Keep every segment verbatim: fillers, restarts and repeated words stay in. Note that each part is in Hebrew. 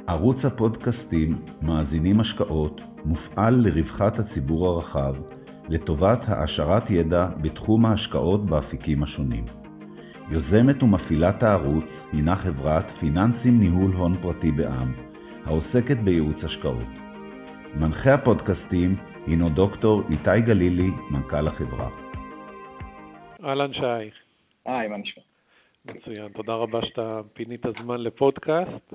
ערוץ הפודקאסטים מאזינים השקעות מופעל לרווחת הציבור הרחב, לטובת העשרת ידע בתחום ההשקעות באפיקים השונים. יוזמת ומפעילת הערוץ הינה חברת פיננסים ניהול הון פרטי בע"מ, העוסקת בייעוץ השקעות. מנחה הפודקאסטים הינו דוקטור איתי גלילי, מנכ"ל החברה. אהלן שי. היי, מה נשמע? מצוין, תודה רבה שאתה פינית הזמן לפודקאסט,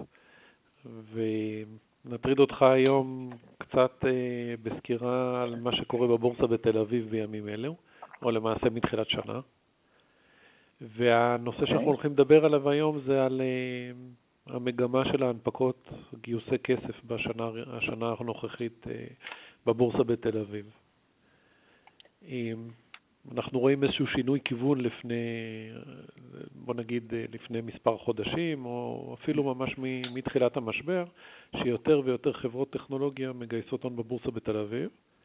ונטריד אותך היום קצת אה, בסקירה על מה שקורה בבורסה בתל אביב בימים אלו, או למעשה מתחילת שנה. והנושא שאנחנו הולכים לדבר עליו היום זה על אה, המגמה של ההנפקות, גיוסי כסף בשנה השנה הנוכחית אה, בבורסה בתל אביב. אה, אנחנו רואים איזשהו שינוי כיוון לפני, בוא נגיד, לפני מספר חודשים, או אפילו ממש מתחילת המשבר, שיותר ויותר חברות טכנולוגיה מגייסות הון בבורסה בתל אביב,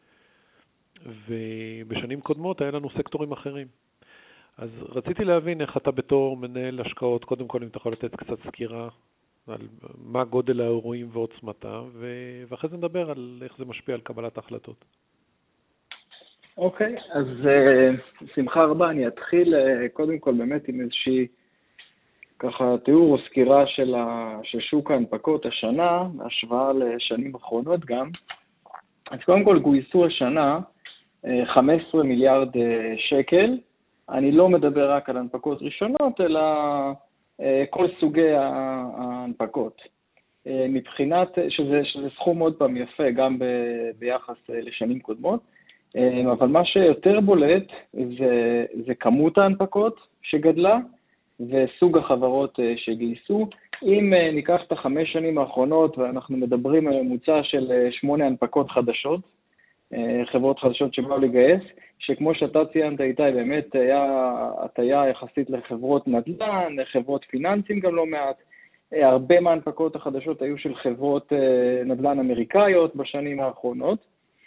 ובשנים קודמות היה לנו סקטורים אחרים. אז רציתי להבין איך אתה בתור מנהל השקעות, קודם כל אם אתה יכול לתת קצת סקירה על מה גודל האירועים ועוצמתה, ואחרי זה נדבר על איך זה משפיע על קבלת ההחלטות. אוקיי, אז uh, שמחה רבה, אני אתחיל uh, קודם כל באמת עם איזושהי ככה תיאור או סקירה של, ה, של שוק ההנפקות השנה, השוואה לשנים האחרונות גם. אז קודם כל גויסו השנה uh, חמישה עשר מיליארד uh, שקל, אני לא מדבר רק על הנפקות ראשונות, אלא uh, כל סוגי ההנפקות. Uh, מבחינת, שזה, שזה סכום עוד פעם יפה גם ב, ביחס uh, לשנים קודמות, אבל מה שיותר בולט זה, זה כמות ההנפקות שגדלה וסוג החברות שגייסו. אם ניקח את החמש שנים האחרונות ואנחנו מדברים על ממוצע של שמונה הנפקות חדשות, חברות חדשות שבאו לגייס, שכמו שאתה ציינת איתי באמת היה הטיה יחסית לחברות נדל"ן, לחברות פיננסים גם לא מעט. הרבה מההנפקות החדשות היו של חברות נדל"ן אמריקאיות בשנים האחרונות.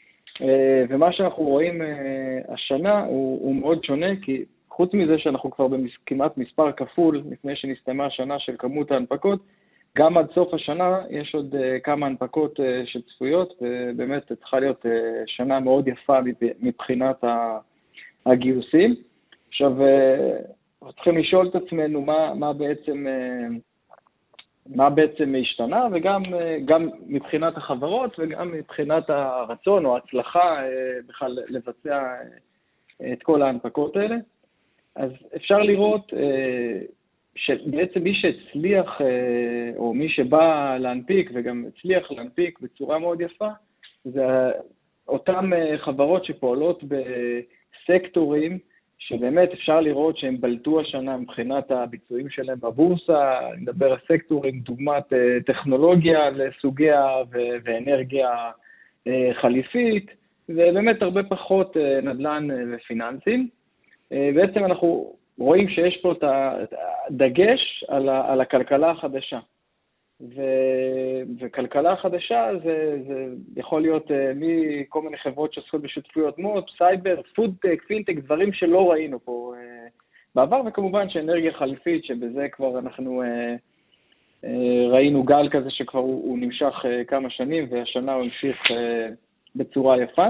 ומה שאנחנו רואים השנה הוא, הוא מאוד שונה, כי חוץ מזה שאנחנו כבר בכמעט מספר כפול לפני שנסתיימה השנה של כמות ההנפקות, גם עד סוף השנה יש עוד כמה הנפקות שצפויות, ובאמת צריכה להיות שנה מאוד יפה מבחינת הגיוסים. עכשיו, צריכים לשאול את עצמנו מה, מה בעצם... מה בעצם השתנה, וגם גם מבחינת החברות וגם מבחינת הרצון או ההצלחה בכלל לבצע את כל ההנפקות האלה. אז אפשר לראות שבעצם מי שהצליח או מי שבא להנפיק וגם הצליח להנפיק בצורה מאוד יפה, זה אותם חברות שפועלות בסקטורים שבאמת אפשר לראות שהם בלטו השנה מבחינת הביצועים שלהם בבורסה. אני מדבר על סקטורים, דוגמת טכנולוגיה לסוגיה ואנרגיה חליפית, ובאמת הרבה פחות נדל"ן ופיננסים. בעצם אנחנו רואים שיש פה את הדגש על הכלכלה החדשה. וכלכלה חדשה זה, זה יכול להיות מכל מיני חברות שעוסקות בשותפויות מו"פ, סייבר, פודטק, פינטק, דברים שלא ראינו פה בעבר, וכמובן שאנרגיה חליפית, שבזה כבר אנחנו ראינו גל כזה שכבר הוא, הוא נמשך כמה שנים, והשנה הוא המשיך בצורה יפה.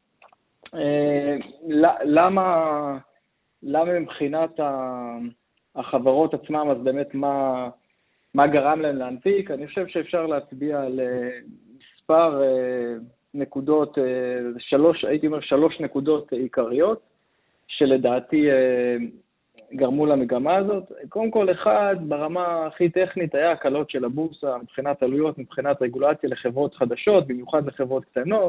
למה, למה מבחינת החברות עצמם, אז באמת מה... מה גרם להם להנפיק? אני חושב שאפשר להצביע על מספר נקודות, שלוש, הייתי אומר שלוש נקודות עיקריות, שלדעתי גרמו למגמה הזאת. קודם כל, אחד, ברמה הכי טכנית, היה הקלות של הבורסה, מבחינת עלויות, מבחינת רגולציה לחברות חדשות, במיוחד לחברות קטנות,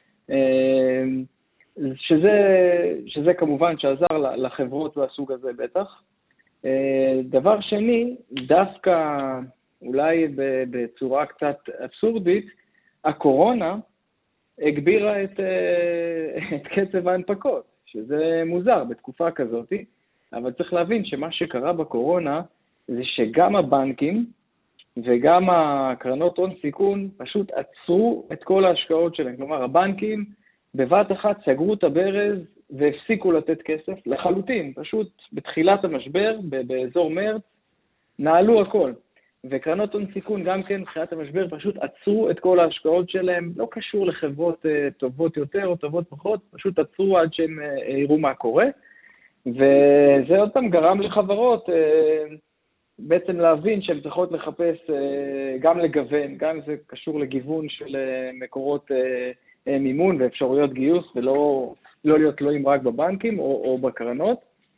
שזה, שזה כמובן שעזר לחברות והסוג הזה בטח. דבר שני, דווקא אולי בצורה קצת אבסורדית, הקורונה הגבירה את, את קצב ההנפקות, שזה מוזר בתקופה כזאת, אבל צריך להבין שמה שקרה בקורונה זה שגם הבנקים וגם הקרנות הון סיכון פשוט עצרו את כל ההשקעות שלהם. כלומר, הבנקים בבת אחת סגרו את הברז והפסיקו לתת כסף לחלוטין, פשוט בתחילת המשבר, באזור מרץ, נעלו הכל. וקרנות הון סיכון גם כן, מבחינת המשבר, פשוט עצרו את כל ההשקעות שלהם, לא קשור לחברות טובות יותר או טובות פחות, פשוט עצרו עד שהם יראו מה קורה, וזה עוד פעם גרם לחברות בעצם להבין שהן צריכות לחפש גם לגוון, גם אם זה קשור לגיוון של מקורות מימון ואפשרויות גיוס, ולא לא להיות תלויים רק בבנקים או, או בקרנות.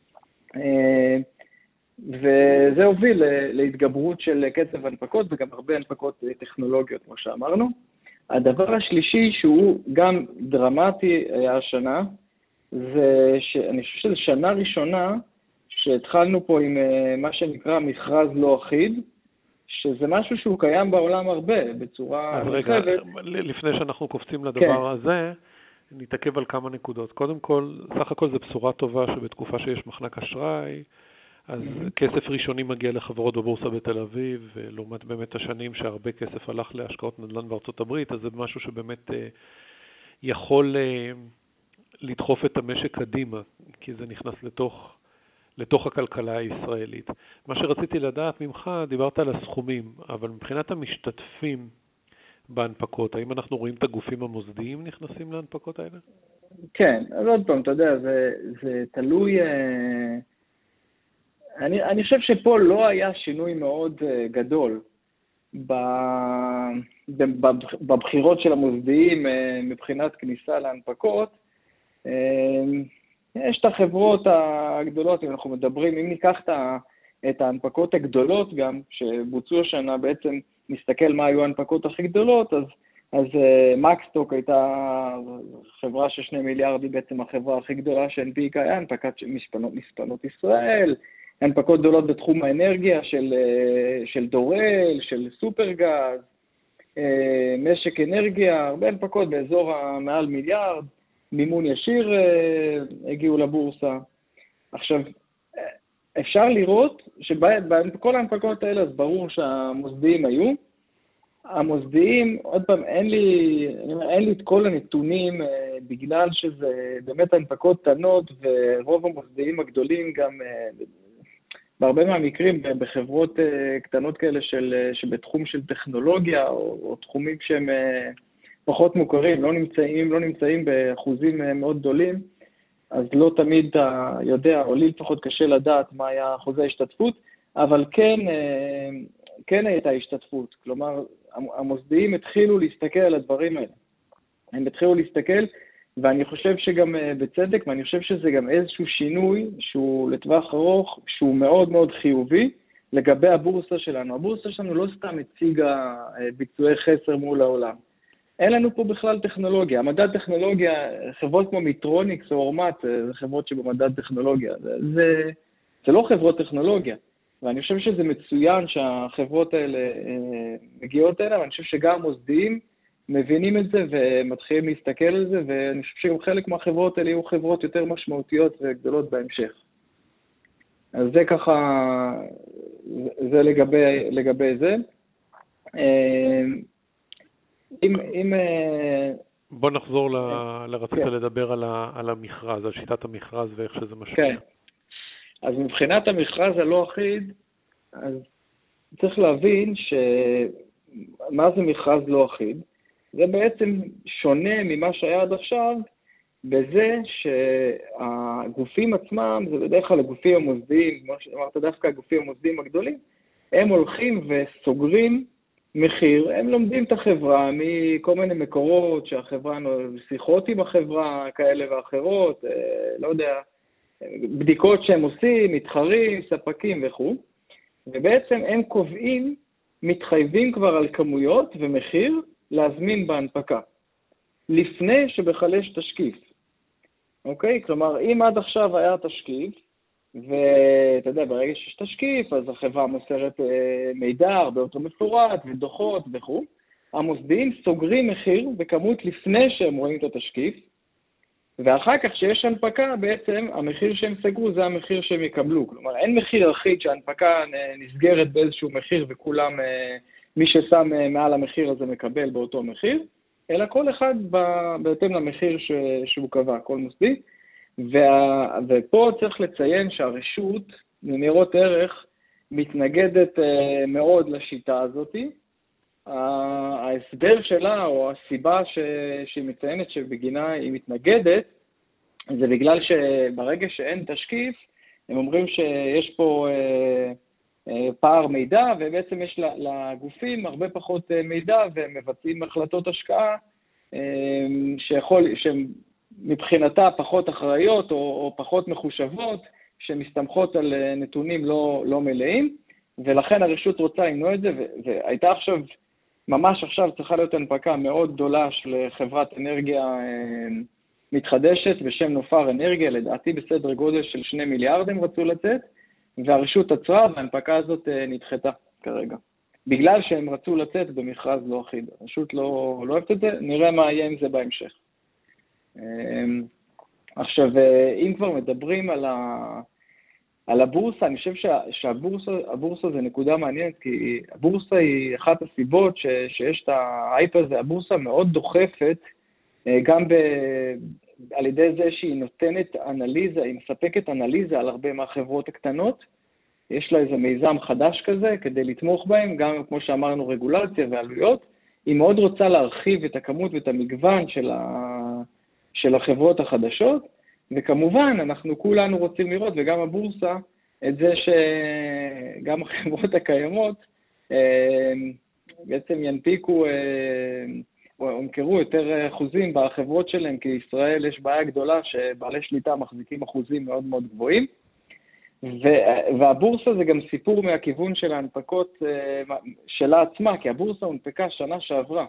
וזה הוביל להתגברות של קצב הנפקות, וגם הרבה הנפקות טכנולוגיות, כמו שאמרנו. הדבר השלישי, שהוא גם דרמטי השנה, זה שאני חושב שזו שנה ראשונה שהתחלנו פה עם מה שנקרא מכרז לא אחיד, שזה משהו שהוא קיים בעולם הרבה, בצורה... אז רגע, לפני שאנחנו קופצים לדבר הזה, נתעכב על כמה נקודות. קודם כל, סך הכל זו בשורה טובה שבתקופה שיש מחנק אשראי, אז כסף ראשוני מגיע לחברות בבורסה בתל אביב, ולעומת באמת השנים שהרבה כסף הלך להשקעות נדל"ן בארצות הברית, אז זה משהו שבאמת יכול לדחוף את המשק קדימה, כי זה נכנס לתוך, לתוך הכלכלה הישראלית. מה שרציתי לדעת ממך, דיברת על הסכומים, אבל מבחינת המשתתפים בהנפקות, האם אנחנו רואים את הגופים המוסדיים נכנסים להנפקות האלה? כן, אז עוד פעם, אתה יודע, זה, זה תלוי... אני, אני חושב שפה לא היה שינוי מאוד גדול בבחירות של המוסדיים מבחינת כניסה להנפקות. יש את החברות הגדולות, אם אנחנו מדברים, אם ניקח את ההנפקות הגדולות גם, שבוצעו השנה, בעצם נסתכל מה היו ההנפקות הכי גדולות, אז, אז מקסטוק הייתה חברה של שני מיליארד, היא בעצם החברה הכי גדולה שהנפיקה, היה הנפקת מספנות, מספנות ישראל, הנפקות גדולות בתחום האנרגיה של, של דורל, של סופרגז, משק אנרגיה, הרבה הנפקות באזור המעל מיליארד, מימון ישיר הגיעו לבורסה. עכשיו, אפשר לראות שבכל ההנפקות האלה, אז ברור שהמוסדיים היו. המוסדיים, עוד פעם, אין לי, אין לי את כל הנתונים, בגלל שזה באמת הנפקות קטנות, ורוב המוסדיים הגדולים גם... בהרבה מהמקרים, בחברות קטנות כאלה של, שבתחום של טכנולוגיה, או, או תחומים שהם פחות מוכרים, לא נמצאים, לא נמצאים באחוזים מאוד גדולים, אז לא תמיד אתה יודע, או לי לפחות קשה לדעת מה היה אחוזי ההשתתפות, אבל כן, כן הייתה השתתפות. כלומר, המוסדיים התחילו להסתכל על הדברים האלה. הם התחילו להסתכל, ואני חושב שגם בצדק, ואני חושב שזה גם איזשהו שינוי שהוא לטווח ארוך, שהוא מאוד מאוד חיובי לגבי הבורסה שלנו. הבורסה שלנו לא סתם הציגה ביצועי חסר מול העולם. אין לנו פה בכלל טכנולוגיה. המדד טכנולוגיה, חברות כמו מיטרוניקס או אורמט, זה חברות שבמדד טכנולוגיה. זה, זה, זה לא חברות טכנולוגיה. ואני חושב שזה מצוין שהחברות האלה מגיעות אליהם, ואני חושב שגם מוסדיים, מבינים את זה ומתחילים להסתכל על זה, ואני חושב שגם חלק מהחברות האלה יהיו חברות יותר משמעותיות וגדולות בהמשך. אז זה ככה, זה לגבי, לגבי זה. אם, אם... בוא נחזור ל... לרצית כן. לדבר על, ה... על המכרז, על שיטת המכרז ואיך שזה משפיע. כן. אז מבחינת המכרז הלא אחיד, אז צריך להבין ש... מה זה מכרז לא אחיד? זה בעצם שונה ממה שהיה עד עכשיו, בזה שהגופים עצמם, זה בדרך כלל הגופים המוסדיים, כמו שאמרת דווקא הגופים המוסדיים הגדולים, הם הולכים וסוגרים מחיר, הם לומדים את החברה מכל מיני מקורות שהחברה, שיחות עם החברה כאלה ואחרות, לא יודע, בדיקות שהם עושים, מתחרים, ספקים וכו', ובעצם הם קובעים, מתחייבים כבר על כמויות ומחיר להזמין בהנפקה, לפני שבכלל יש תשקיף. אוקיי? כלומר, אם עד עכשיו היה תשקיף, ואתה יודע, ברגע שיש תשקיף, אז החברה מוסרת מידע הרבה יותר מפורט, ודוחות וכו', המוסדיים סוגרים מחיר בכמות לפני שהם רואים את התשקיף, ואחר כך שיש הנפקה, בעצם המחיר שהם סגרו זה המחיר שהם יקבלו. כלומר, אין מחיר אחיד שההנפקה נסגרת באיזשהו מחיר וכולם, מי ששם מעל המחיר הזה מקבל באותו מחיר, אלא כל אחד בהתאם למחיר ש... שהוא קבע, כל מוסדי. וה... ופה צריך לציין שהרשות לניירות ערך מתנגדת מאוד לשיטה הזאת. ההסבר שלה, או הסיבה שהיא מציינת שבגינה היא מתנגדת, זה בגלל שברגע שאין תשקיף, הם אומרים שיש פה פער מידע, ובעצם יש לגופים הרבה פחות מידע, והם מבצעים החלטות השקעה, שיכול, שמבחינתה פחות אחראיות או, או פחות מחושבות, שמסתמכות על נתונים לא, לא מלאים, ולכן הרשות רוצה למנוע את זה, והייתה עכשיו, ממש עכשיו צריכה להיות הנפקה מאוד גדולה של חברת אנרגיה מתחדשת בשם נופר אנרגיה, לדעתי בסדר גודל של שני מיליארד הם רצו לצאת, והרשות עצרה וההנפקה הזאת נדחתה כרגע. בגלל שהם רצו לצאת במכרז לא אחיד. הרשות לא, לא אוהבת את זה, נראה מה יהיה עם זה בהמשך. עכשיו, אם כבר מדברים על, ה, על הבורסה, אני חושב שה, שהבורסה הבורסה זה נקודה מעניינת, כי הבורסה היא אחת הסיבות ש, שיש את האייפ הזה, הבורסה מאוד דוחפת, גם ב, על ידי זה שהיא נותנת אנליזה, היא מספקת אנליזה על הרבה מהחברות הקטנות, יש לה איזה מיזם חדש כזה כדי לתמוך בהם, גם כמו שאמרנו רגולציה ועלויות, היא מאוד רוצה להרחיב את הכמות ואת המגוון של, ה... של החברות החדשות, וכמובן אנחנו כולנו רוצים לראות, וגם הבורסה, את זה שגם החברות הקיימות בעצם ינפיקו, או ימכרו יותר אחוזים בחברות שלהם, כי ישראל יש בעיה גדולה שבעלי שליטה מחזיקים אחוזים מאוד מאוד גבוהים, והבורסה זה גם סיפור מהכיוון של ההנפקות שלה עצמה, כי הבורסה הונפקה שנה שעברה,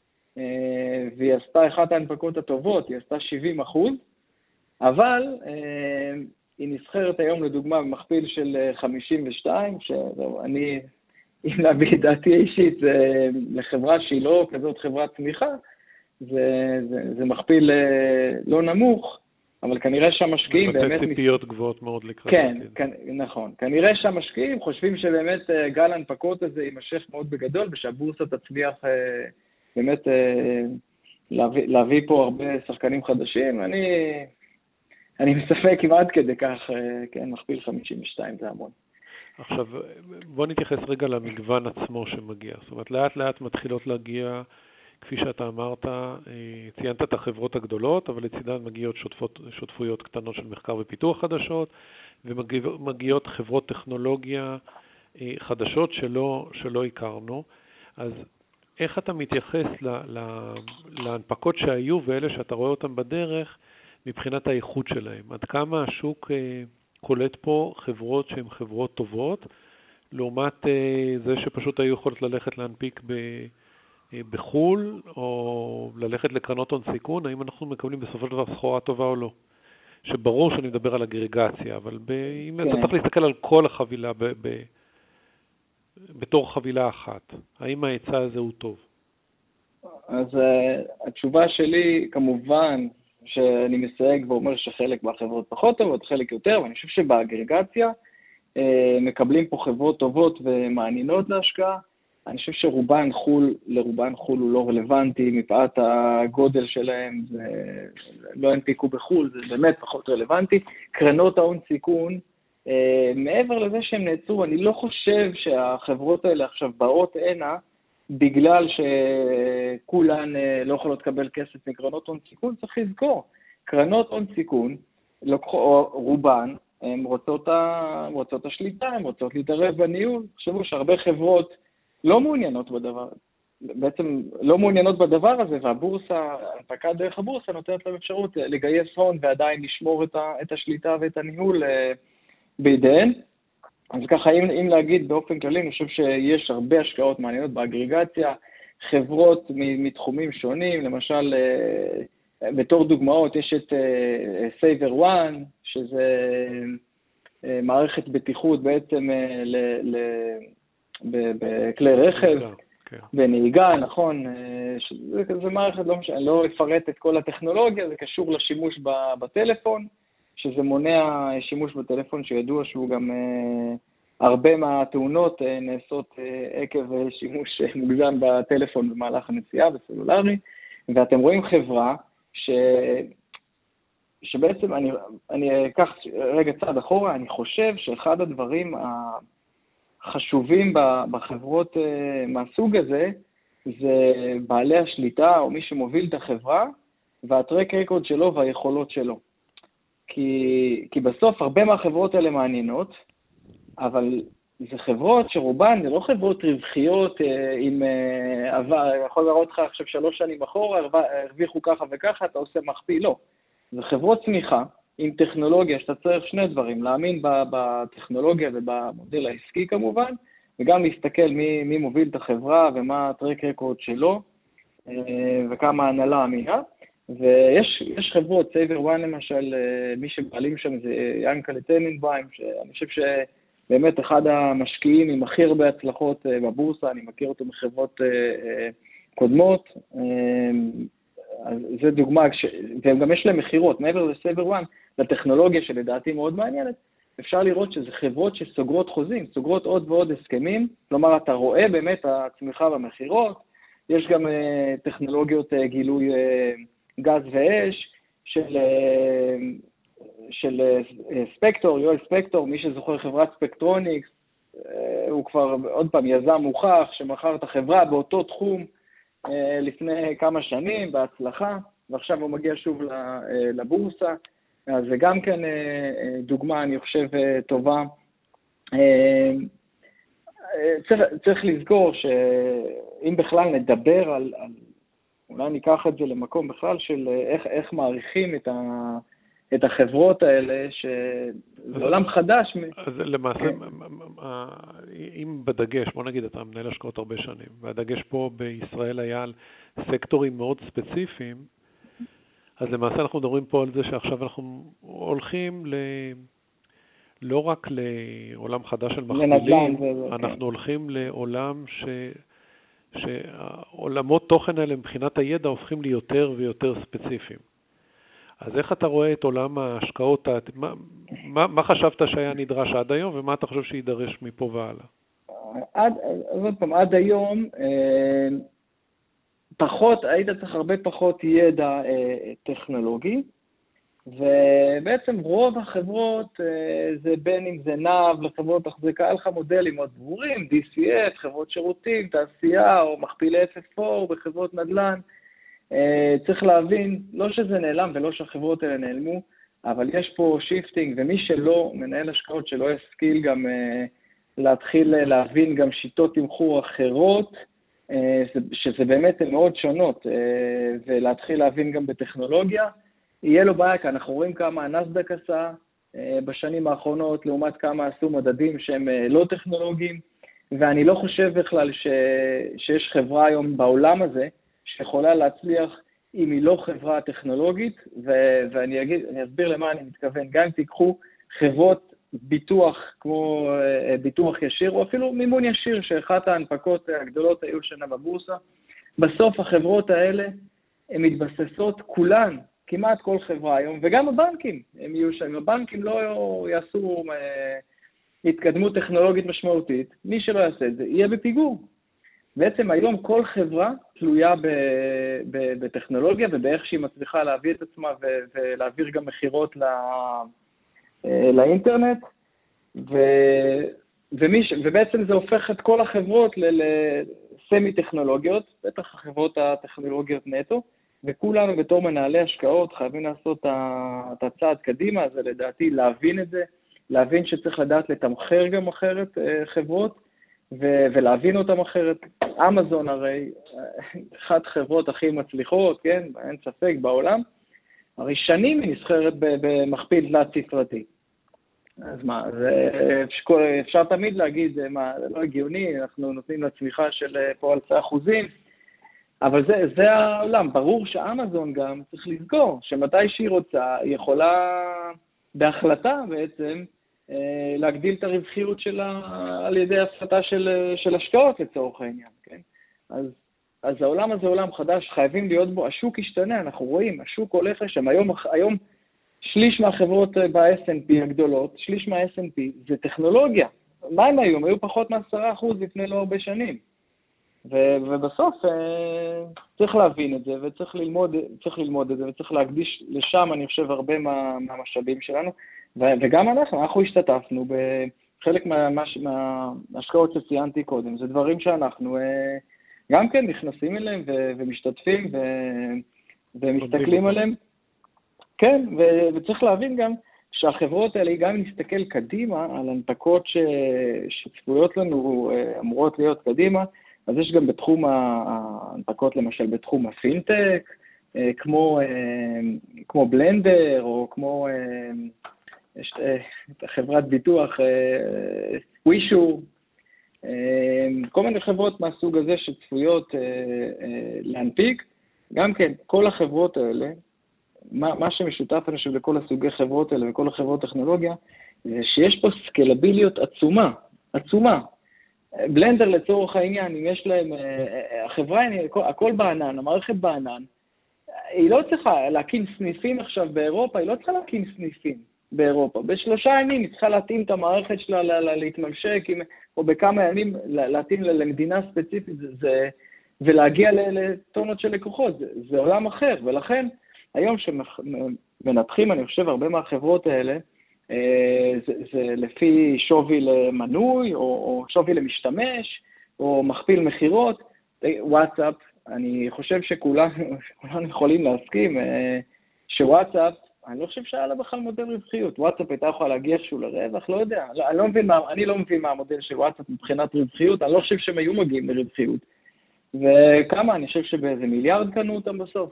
והיא עשתה אחת ההנפקות הטובות, היא עשתה שבעים אחוז, אבל היא נסחרת היום לדוגמה במכפיל של חמישים ושתיים, שאני, אם להביא את דעתי אישית, זה לחברה שהיא לא כזאת חברת צמיחה, זה, זה, זה מכפיל לא נמוך, אבל כנראה שהמשקיעים באמת... ציפיות גבוהות מאוד לקראת. כן, כן, נכון. כנראה שהמשקיעים חושבים שבאמת גל ההנפקות הזה יימשך מאוד בגדול, ושהבורסה תצליח באמת להביא, להביא פה הרבה שחקנים חדשים. אני, אני מספק כמעט כדי כך, כן, מכפיל חמישים ושתיים זה המון. עכשיו, בוא נתייחס רגע למגוון עצמו שמגיע. זאת אומרת, לאט לאט מתחילות להגיע... כפי שאתה אמרת, ציינת את החברות הגדולות, אבל לצידן מגיעות שותפות, שותפויות קטנות של מחקר ופיתוח חדשות, ומגיעות חברות טכנולוגיה חדשות שלא, שלא הכרנו. אז איך אתה מתייחס להנפקות שהיו ואלה שאתה רואה אותם בדרך מבחינת האיכות שלהם? עד כמה השוק קולט פה חברות שהן חברות טובות, לעומת זה שפשוט היו יכולות ללכת להנפיק ב... בחול, או ללכת לקרנות הון סיכון, האם אנחנו מקבלים בסופו של דבר סחורה טובה או לא? שברור שאני מדבר על אגרגציה, אבל ב... אם אתה צריך להסתכל על כל החבילה ב... ב... בתור חבילה אחת, האם ההיצע הזה הוא טוב? אז uh, התשובה שלי, כמובן, שאני מסייג ואומר שחלק מהחברות פחות טובות, חלק יותר, ואני חושב שבאגרגציה uh, מקבלים פה חברות טובות ומעניינות להשקעה, אני חושב שרובן חול, לרובן חול הוא לא רלוונטי, מפאת הגודל שלהם, זה, לא הנפיקו בחול, זה באמת פחות רלוונטי. קרנות ההון סיכון, אה, מעבר לזה שהם נעצרו, אני לא חושב שהחברות האלה עכשיו באות הנה, בגלל שכולן אה, לא יכולות לקבל כסף מקרנות הון סיכון, צריך לזכור. קרנות הון סיכון, לוקחו, רובן, הן רוצות, רוצות השליטה, הן רוצות להתערב בניהול. חשבו שהרבה חברות, לא מעוניינות בדבר, בעצם לא מעוניינות בדבר הזה, והבורסה, הנפקה דרך הבורסה נותנת להם אפשרות לגייס הון ועדיין לשמור את, ה, את השליטה ואת הניהול בידיהן. אז ככה, אם, אם להגיד באופן כללי, אני חושב שיש הרבה השקעות מעניינות באגרגציה, חברות מתחומים שונים, למשל, בתור דוגמאות, יש את SaverOne, שזה מערכת בטיחות בעצם ל... ל בכלי רכב, בנהיגה, נכון, זה מערכת, לא משנה, לא אפרט את כל הטכנולוגיה, זה קשור לשימוש בטלפון, שזה מונע שימוש בטלפון שידוע שהוא גם הרבה מהתאונות נעשות עקב שימוש מוגזם בטלפון במהלך הנסיעה בסלולרי, ואתם רואים חברה ש... שבעצם אני, אני אקח רגע צעד אחורה, אני חושב שאחד הדברים ה... חשובים בחברות מהסוג הזה, זה בעלי השליטה או מי שמוביל את החברה, והטרק רקורד שלו והיכולות שלו. כי, כי בסוף הרבה מהחברות האלה מעניינות, אבל זה חברות שרובן, זה לא חברות רווחיות, עם, יכול לראות לך עכשיו שלוש שנים אחורה, הרוויחו ככה וככה, אתה עושה מכפיל, לא. זה חברות צמיחה עם טכנולוגיה, שאתה צריך שני דברים, להאמין בטכנולוגיה ובמודל העסקי כמובן, וגם להסתכל מי, מי מוביל את החברה ומה הטרק רקורד שלו, וכמה הנהלה אמינה. ויש יש חברות, סייבר וואן למשל, מי שבעלים שם זה ינקלה טננבאום, שאני חושב שבאמת אחד המשקיעים עם הכי הרבה הצלחות בבורסה, אני מכיר אותו מחברות קודמות, אז זה דוגמה, וגם יש להם מחירות, מעבר לסייבר וואן, לטכנולוגיה שלדעתי מאוד מעניינת, אפשר לראות שזה חברות שסוגרות חוזים, סוגרות עוד ועוד הסכמים, כלומר אתה רואה באמת הצמיחה במחירות, יש גם טכנולוגיות גילוי גז ואש של, של ספקטור, יואל ספקטור, מי שזוכר חברת ספקטרוניקס, הוא כבר עוד פעם יזם מוכח שמכר את החברה באותו תחום לפני כמה שנים בהצלחה, ועכשיו הוא מגיע שוב לבורסה, אז זה גם כן דוגמה, אני חושב, טובה. צריך, צריך לזכור שאם בכלל נדבר על, על אולי ניקח את זה למקום בכלל של איך, איך מעריכים את, ה, את החברות האלה, שזה עולם חדש. אז למעשה, אם בדגש, בוא נגיד, אתה מנהל השקעות הרבה שנים, והדגש פה בישראל היה על סקטורים מאוד ספציפיים, אז למעשה אנחנו מדברים פה על זה שעכשיו אנחנו הולכים ל... לא רק לעולם חדש של מכפילים, אנחנו כן. הולכים לעולם ש... שעולמות תוכן האלה מבחינת הידע הופכים לי יותר ויותר ספציפיים. אז איך אתה רואה את עולם ההשקעות, מה, מה, מה חשבת שהיה נדרש עד היום ומה אתה חושב שידרש מפה והלאה? עד, עוד פעם, עד היום, אה, פחות, היית צריך הרבה פחות ידע אה, טכנולוגי, ובעצם רוב החברות, אה, זה בין אם זה נאב לחברות החזקה, היה לך מודלים מאוד ברורים, די סי אף, חברות שירותים, תעשייה או מכפילי אף אף פור בחברות נדל"ן. אה, צריך להבין, לא שזה נעלם ולא שהחברות האלה נעלמו, אבל יש פה שיפטינג, ומי שלא מנהל השקעות שלא ישכיל גם אה, להתחיל להבין גם שיטות תמחור אחרות, שזה באמת מאוד שונות, ולהתחיל להבין גם בטכנולוגיה, יהיה לו בעיה, כי אנחנו רואים כמה הנסדק עשה בשנים האחרונות, לעומת כמה עשו מדדים שהם לא טכנולוגיים, ואני לא חושב בכלל ש... שיש חברה היום בעולם הזה, שיכולה להצליח אם היא לא חברה טכנולוגית, ו... ואני אגיד, אני אסביר למה אני מתכוון, גם אם תיקחו חברות ביטוח כמו ביטוח ישיר, או אפילו מימון ישיר, שאחת ההנפקות הגדולות היו שנה בבורסה. בסוף החברות האלה, הן מתבססות כולן, כמעט כל חברה היום, וגם הבנקים, הם יהיו שם. הבנקים לא יעשו התקדמות טכנולוגית משמעותית, מי שלא יעשה את זה, יהיה בפיגור. בעצם היום כל חברה תלויה ב, ב, בטכנולוגיה, ובאיך שהיא מצליחה להביא את עצמה, ו, ולהעביר גם מחירות ל... לאינטרנט, ו... ומיש... ובעצם זה הופך את כל החברות לסמי-טכנולוגיות, בטח החברות הטכנולוגיות נטו, וכולנו בתור מנהלי השקעות חייבים לעשות את הצעד קדימה, זה לדעתי להבין את זה, להבין שצריך לדעת לתמחר גם אחרת חברות, ו... ולהבין אותם אחרת. אמזון הרי, אחת החברות הכי מצליחות, כן, אין ספק בעולם, הרי שנים היא נסחרת במכפיל תלת ספרתי. אז מה, זה, אפשר תמיד להגיד, מה, זה לא הגיוני, אנחנו נותנים לצמיחה של פה אלפי אחוזים, אבל זה, זה העולם. ברור שאמזון גם צריך לזכור, שמתי שהיא רוצה, היא יכולה בהחלטה בעצם, להגדיל את הרווחיות שלה על ידי הפחתה של, של השקעות לצורך העניין, כן? אז, אז העולם הזה עולם חדש, חייבים להיות בו, השוק ישתנה, אנחנו רואים, השוק הולך לשם, היום, היום שליש מהחברות ב-אס אנד פי הגדולות, שליש מה-אס אנד פי זה טכנולוגיה. מה הם היום? היו פחות מ-עשרה אחוז לפני לא הרבה שנים. ו- ובסוף צריך להבין את זה, וצריך ללמוד, צריך ללמוד את זה, וצריך להקדיש לשם, אני חושב, הרבה מה, מהמשאבים שלנו, ו- וגם אנחנו, אנחנו השתתפנו חלק מה, מה, מההשקעות שציינתי קודם, זה דברים שאנחנו גם כן נכנסים אליהם ו, ומשתתפים ו, ומסתכלים עליהם. כן, ו, וצריך להבין גם שהחברות האלה, גם אם נסתכל קדימה על הנפקות ש, שצפויות לנו, אמורות להיות קדימה, אז יש גם בתחום ההנפקות, למשל בתחום הפינטק, כמו, כמו בלנדר, או כמו יש, חברת ביטוח ווישור, כל מיני חברות מהסוג הזה שצפויות להנפיק. גם כן, כל החברות האלה, מה, מה שמשותף אני חושב לכל הסוגי חברות האלה וכל החברות טכנולוגיה, זה שיש פה סקלביליות עצומה, עצומה. בלנדר לצורך העניין, אם יש להם, החברה, הכל, הכל בענן, המערכת בענן, היא לא צריכה להקים סניפים עכשיו באירופה, היא לא צריכה להקים סניפים באירופה. בשלושה ימים היא צריכה להתאים את המערכת שלה להתממשק, או בכמה ימים להתאים למדינה ספציפית, זה, זה, ולהגיע לטונות של לקוחות, זה, זה עולם אחר. ולכן, היום שמנתחים, אני חושב, הרבה מהחברות האלה, זה, זה לפי שווי למנוי, או, או שווי למשתמש, או מכפיל מחירות, וואטסאפ, אני חושב שכולנו יכולים להסכים שוואטסאפ, אני לא חושב שהיה לה בכלל מודל רווחיות. וואטסאפ הייתה יכולה להגיע איכשהו לרווח, לא יודע. אני לא מבין מה, אני לא מבין מה המודל של וואטסאפ מבחינת רווחיות, אני לא חושב שהם היו מגיעים לרווחיות. וכמה, אני חושב שבאיזה מיליארד קנו אותם בסוף.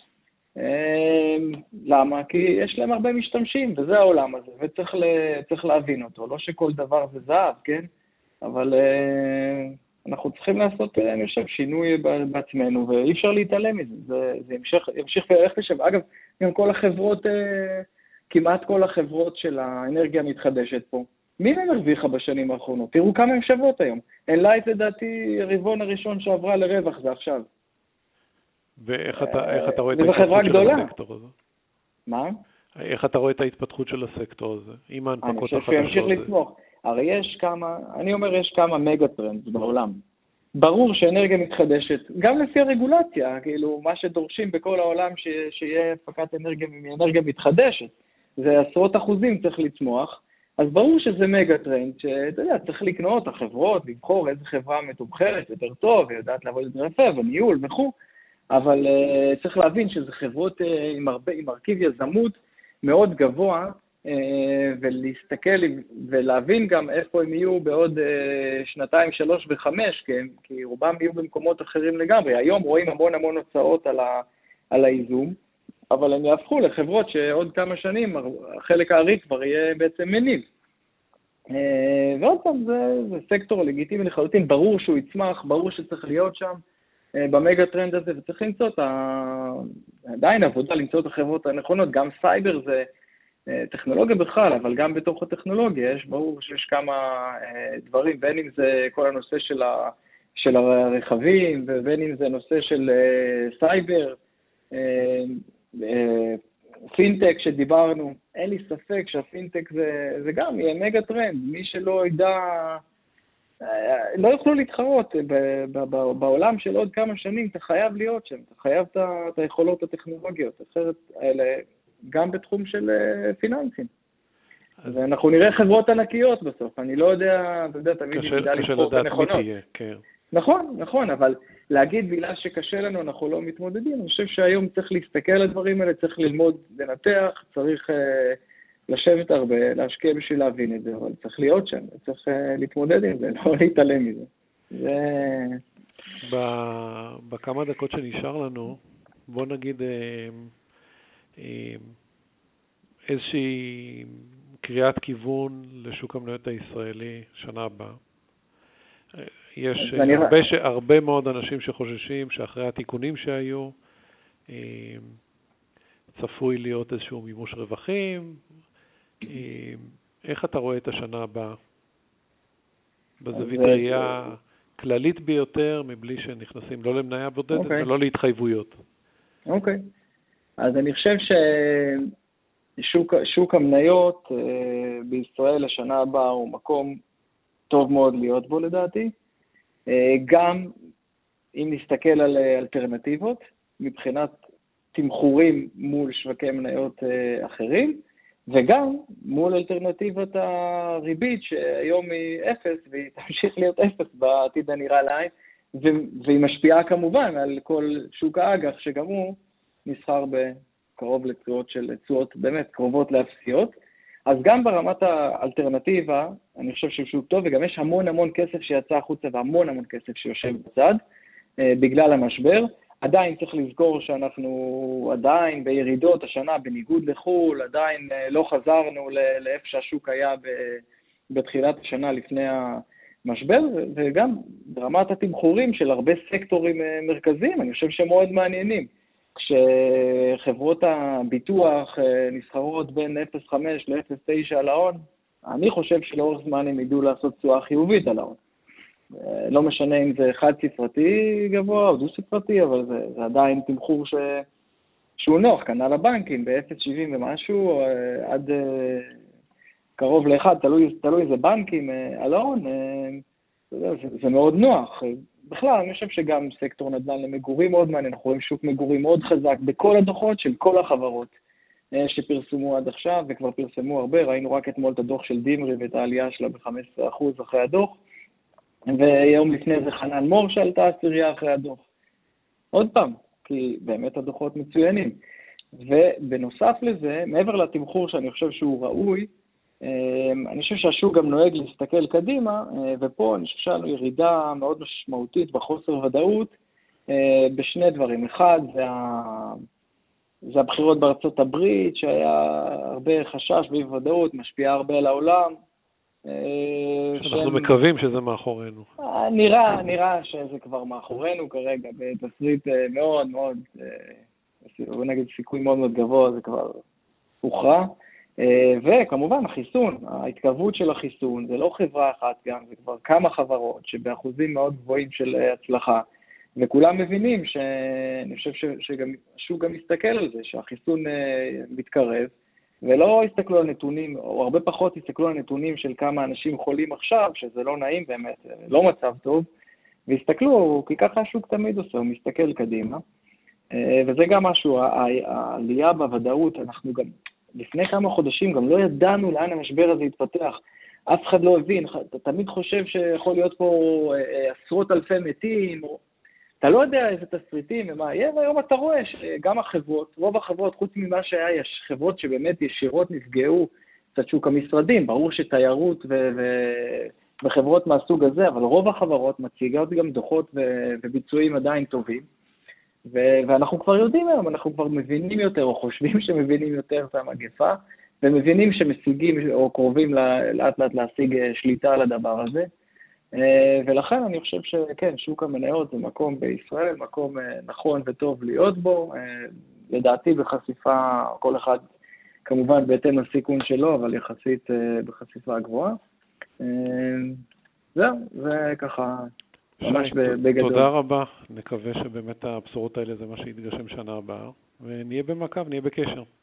למה? כי יש להם הרבה משתמשים, וזה העולם הזה, וצריך צריך להבין אותו. לא שכל דבר זה זהב, כן? אבל אנחנו צריכים לעשות, אני חושב, שינוי בעצמנו, ואי אפשר להתעלם מזה. זה, זה ימשיך, ימשיך וללכת לשם. אגב, גם כל החברות, כמעט כל החברות של האנרגיה המתחדשת פה, מי מהם הרוויחה בשנים האחרונות? תראו כמה הם שוות היום. אנלייט לדעתי, הרבעון הראשון שעברה לרווח זה עכשיו. ואיך אתה, איך אתה רואה את ההתפתחות של הסקטור הזה? מה? איך אתה רואה את ההתפתחות של הסקטור הזה? עם ההנפקות החדשות? אני חושב שימשיך לתמוך. הרי יש כמה, אני אומר יש כמה מגה טרנדס בעולם. ברור שאנרגיה מתחדשת, גם לפי הרגולציה, כאילו מה שדורשים בכל העולם ש, שיהיה הפקת אנרגיה מאנרגיה מתחדשת, זה עשרות אחוזים צריך לצמוח, אז ברור שזה מגה טרנד, שאתה יודע, צריך לקנות את החברות, לבחור איזה חברה מתומחרת יותר טוב, ויודעת לעבוד יותר יפה, וניהול וכו', אבל uh, צריך להבין שזה חברות uh, עם, הרבה, עם מרכיב יזמות מאוד גבוה, uh, ולהסתכל ולהבין גם איפה הם יהיו בעוד uh, שנתיים, שלוש וחמש, כי, כי רובם יהיו במקומות אחרים לגמרי. היום רואים המון המון הוצאות על, ה, על האיזום, אבל הם יהפכו לחברות שעוד כמה שנים החלק הארי כבר יהיה בעצם מניב. Uh, ועוד פעם, זה, זה סקטור לגיטימי לחלוטין, ברור שהוא יצמח, ברור שצריך להיות שם, במגה טרנד הזה, וצריך למצוא את ה... עדיין עבודה למצוא את החברות הנכונות, גם סייבר זה טכנולוגיה בכלל, אבל גם בתוך הטכנולוגיה יש, ברור שיש כמה דברים, בין אם זה כל הנושא של, ה... של הרכבים, ובין אם זה נושא של סייבר, פינטק שדיברנו, אין לי ספק שהפינטק זה, זה גם יהיה מגה טרנד, מי שלא ידע... לא יוכלו להתחרות בעולם של עוד כמה שנים, אתה חייב להיות שם, אתה חייב את היכולות הטכנולוגיות, אחרת האלה גם בתחום של פיננסים. אז אנחנו נראה חברות ענקיות בסוף, אני לא יודע, אתה יודע, תמיד ידע לבחור את הנכונות. נכון, נכון, אבל להגיד בגלל שקשה לנו, אנחנו לא מתמודדים, אני חושב שהיום צריך להסתכל על הדברים האלה, צריך ללמוד, לנתח, צריך... לשבת הרבה, להשקיע בשביל להבין את זה, אבל צריך להיות שם, צריך להתמודד עם זה, לא להתעלם מזה. זה... בכמה דקות שנשאר לנו, בוא נגיד איזושהי קריאת כיוון לשוק המניות הישראלי שנה הבאה. יש הרבה, ש... הרבה מאוד אנשים שחוששים שאחרי התיקונים שהיו, צפוי להיות איזשהו מימוש רווחים. איך אתה רואה את השנה הבאה? בזווית ראייה כללית ביותר, מבלי שנכנסים לא למניה בודדת okay. ולא להתחייבויות. אוקיי. Okay. אז אני חושב ששוק שוק המניות בישראל לשנה הבאה הוא מקום טוב מאוד להיות בו לדעתי. גם אם נסתכל על אלטרנטיבות, מבחינת תמחורים מול שווקי מניות אחרים, וגם מול אלטרנטיבת הריבית שהיום היא אפס, והיא תמשיך להיות אפס בעתיד הנראה לעין, והיא משפיעה כמובן על כל שוק האג"ח, שגם הוא נסחר בקרוב לתשואות של תשואות באמת קרובות לאפסיות. אז גם ברמת האלטרנטיבה, אני חושב שהוא שוק טוב, וגם יש המון המון כסף שיצא החוצה, והמון המון כסף שיושב בצד, בגלל המשבר. עדיין צריך לזכור שאנחנו עדיין בירידות השנה, בניגוד לחול, עדיין לא חזרנו לאיפה שהשוק היה בתחילת השנה לפני המשבר, וגם ברמת התמחורים של הרבה סקטורים מרכזיים, אני חושב שהם מאוד מעניינים. כשחברות הביטוח נסחרות בין אפס נקודה חמש ל-אפס נקודה תשע על ההון, אני חושב שלאורך זמן הם ידעו לעשות תשואה חיובית על ההון. לא משנה אם זה חד ספרתי גבוה או דו ספרתי, אבל זה, זה עדיין תמחור ש... שהוא נוח, כנ"ל הבנקים, ב-אפס נקודה שבעים ומשהו, עד קרוב לאחד, תלוי, תלוי איזה בנקים על ההון, זה, זה מאוד נוח. בכלל, אני חושב שגם סקטור נדל"ן למגורים מאוד מעניין, אנחנו רואים שוק מגורים מאוד חזק בכל הדוחות של כל החברות שפרסמו עד עכשיו, וכבר פרסמו הרבה, ראינו רק אתמול את הדוח של דימרי ואת העלייה שלה ב-חמישה עשר אחוז אחרי הדוח, ויום לפני זה חנן מור שעלתה עשירייה אחרי הדוח. עוד פעם, כי באמת הדוחות מצוינים. ובנוסף לזה, מעבר לתמחור שאני חושב שהוא ראוי, אני חושב שהשוק גם נוהג להסתכל קדימה, ופה אני חושב שהיינו ירידה מאוד משמעותית בחוסר ודאות, בשני דברים. אחד, זה, ה... זה הבחירות בארצות הברית, שהיה הרבה חשש ואי ודאות, משפיעה הרבה על העולם, אנחנו שהם... מקווים שזה מאחורינו. נראה, נראה שזה כבר מאחורינו כרגע, בתסריט מאוד מאוד, בוא נגיד סיכוי מאוד מאוד גבוה, זה כבר הוכרע. וכמובן החיסון, ההתקרבות של החיסון, זה לא חברה אחת גם, זה כבר כמה חברות שבאחוזים מאוד גבוהים של הצלחה, וכולם מבינים שאני חושב שגם השוק גם מסתכל על זה, שהחיסון מתקרב, ולא הסתכלו על נתונים, או הרבה פחות הסתכלו על נתונים של כמה אנשים חולים עכשיו, שזה לא נעים באמת, לא מצב טוב, והסתכלו, כי ככה השוק תמיד עושה, הוא מסתכל קדימה, וזה גם משהו, העלייה בוודאות, אנחנו גם, לפני כמה חודשים גם לא ידענו לאן המשבר הזה יתפתח, אף אחד לא הבין, אתה תמיד חושב שיכול להיות פה עשרות אלפי מתים, או... אתה לא יודע איזה תסריטים ומה יהיה, והיום אתה רואה שגם החברות, רוב החברות, חוץ ממה שהיה, יש חברות שבאמת ישירות נפגעו קצת שוק המשרדים, ברור שתיירות ו- ו- וחברות מהסוג הזה, אבל רוב החברות מציגות גם דוחות ו- וביצועים עדיין טובים, ו- ואנחנו כבר יודעים היום, אנחנו כבר מבינים יותר, או חושבים שמבינים יותר את המגפה, ומבינים שמשיגים או קרובים לאט לאט להשיג שליטה על הדבר הזה, ולכן אני חושב שכן, שוק המניות זה מקום בישראל, מקום נכון וטוב להיות בו, לדעתי בחשיפה, כל אחד כמובן בהתאם לסיכון שלו, אבל יחסית בחשיפה גבוהה. זהו, זה ככה ממש בגדול. תודה רבה, נקווה שבאמת הבשורות האלה זה מה שיתגשם שנה הבאה, ונהיה במעקב, נהיה בקשר.